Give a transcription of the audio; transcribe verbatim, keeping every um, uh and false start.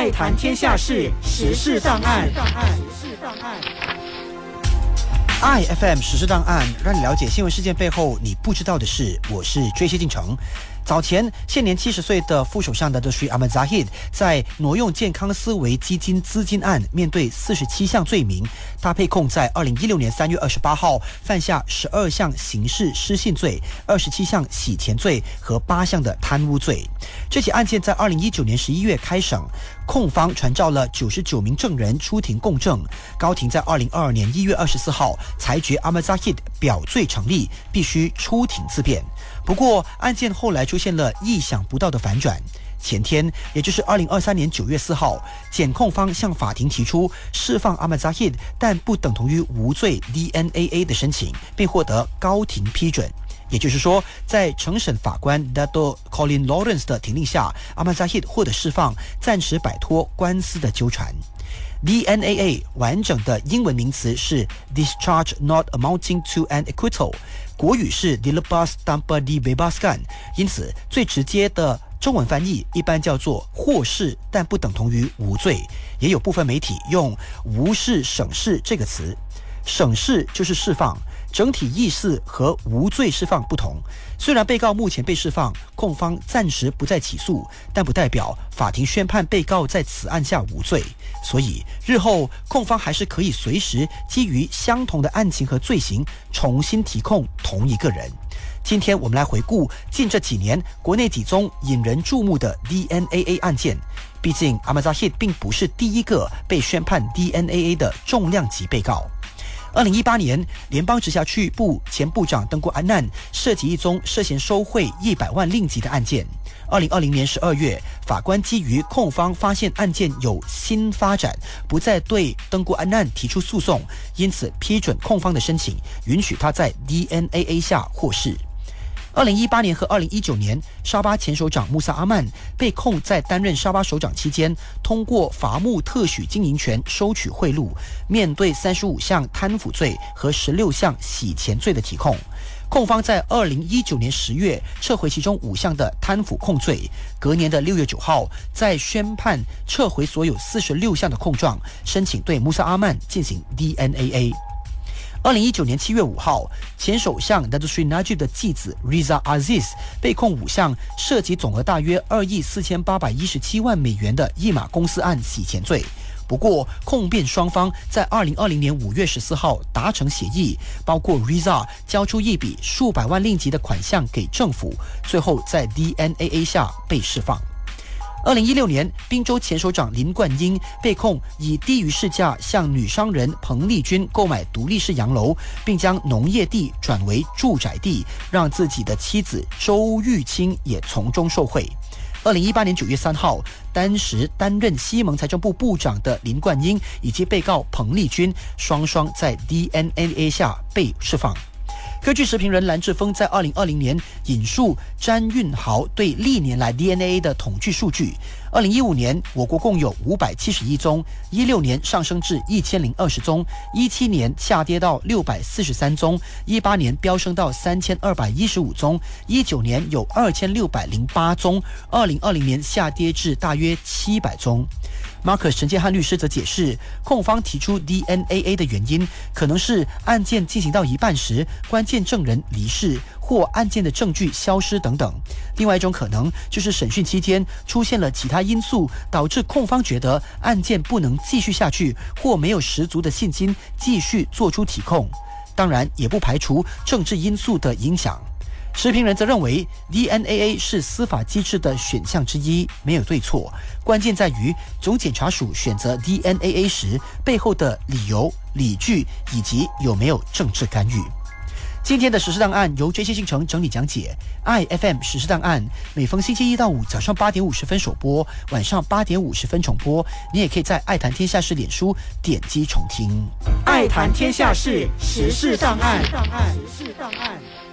爱谈天下事，时事档案。 I F M 时事档案，让你了解新闻事件背后你不知道的事。我是追谢进程。早前，现年七十岁的副首相的 Datuk Seri Ahmad Zahid 在挪用健康思维基金资金案面对四十七项罪名，他被控在二零一六年三月二十八号犯下十二项刑事失信罪、二十七项洗钱罪和八项的贪污罪。这起案件在二零一九年十一月开审，控方传召了九十九名证人出庭供证。高庭在二零二二年一月二十四号裁决 Ahmad Zahid 表罪成立，必须出庭自辩。不过，案件后来出现了意想不到的反转。前天，也就是二零二三年九月四号，检控方向法庭提出释放 Ahmad Zahid， 但不等同于无罪 D N A A 的申请，并获得高庭批准。也就是说，在承审法官 Dato Colin Lawrence 的庭令下， Ahmad Zahid 获得释放，暂时摆脱官司的纠缠。D N A A 完整的英文名词是 Discharge Not Amounting to an Acquittal， 国语是 Dilepas Tanpa Dibebaskan， 因此最直接的中文翻译一般叫做获释但不等同于无罪，也有部分媒体用无事省事这个词。省事就是释放，整体意思和无罪释放不同。虽然被告目前被释放，控方暂时不再起诉，但不代表法庭宣判被告在此案下无罪。所以日后控方还是可以随时基于相同的案情和罪行重新提控同一个人。今天我们来回顾近这几年国内几宗引人注目的 D N A A 案件。毕竟 Ahmad Zahid 并不是第一个被宣判 D N A A 的重量级被告。二零一八年，联邦直辖区部前部长登古安难涉及一宗涉嫌收贿一百万令吉的案件。二零二零年十二月，法官基于控方发现案件有新发展，不再对登古安难提出诉讼，因此批准控方的申请，允许他在 D N A A 下获释。二零一八年和二零一九年，沙巴前首长穆萨阿曼被控在担任沙巴首长期间，通过伐木特许经营权收取贿赂，面对三十五项贪腐罪和十六项洗钱罪的提控。控方在二零一九年十月撤回其中五项的贪腐控罪，隔年的六月九号再宣判撤回所有四十六项的控状，申请对穆萨阿曼进行 D N A A。二零一九年七月五号，前首相 Datuk Seri Najib 的继子 Riza Aziz 被控五项涉及总额大约二亿四千八百一十七万美元的一马公司案洗钱罪。不过，控辩双方在二零二零年五月十四号达成协议，包括 Riza 交出一笔数百万令吉的款项给政府，最后在 D N A A 下被释放。二零一六年，宾州前首长林冠英被控以低于市价向女商人彭丽君购买独立式洋楼，并将农业地转为住宅地，让自己的妻子周玉清也从中受贿。二零一八年九月三号，当时担任西蒙财政部部长的林冠英以及被告彭丽君双双在 D N A A 下被释放。科技时评人蓝志峰在二零二零年引述詹运豪对历年来 D N A A 的统计数据。二零一五年，我国共有五百七十一宗，一六年上升至一千零二十宗，一七年下跌到六百四十三宗，一八年飙升到三千二百一十五宗，一九年有二千六百零八宗，二零二零年下跌至大约七百宗。Marcus 陈建汉律师则解释，控方提出 D N A A 的原因，可能是案件进行到一半时，关键证人离世或案件的证据消失等等。另外一种可能就是审讯期间出现了其他因素，导致控方觉得案件不能继续下去，或没有十足的信心继续做出提控。当然，也不排除政治因素的影响。时评人则认为 D N A A 是司法机制的选项之一，没有对错，关键在于总检察署选择 D N A A 时背后的理由、理据以及有没有政治干预。今天的时事档案由 J C 信诚整理讲解。I F M 时事档案每逢星期一到五早上八点五十分首播，晚上八点五十分重播。你也可以在爱谈天下事脸书点击重听。 爱谈天下事，时事档案。时事档案。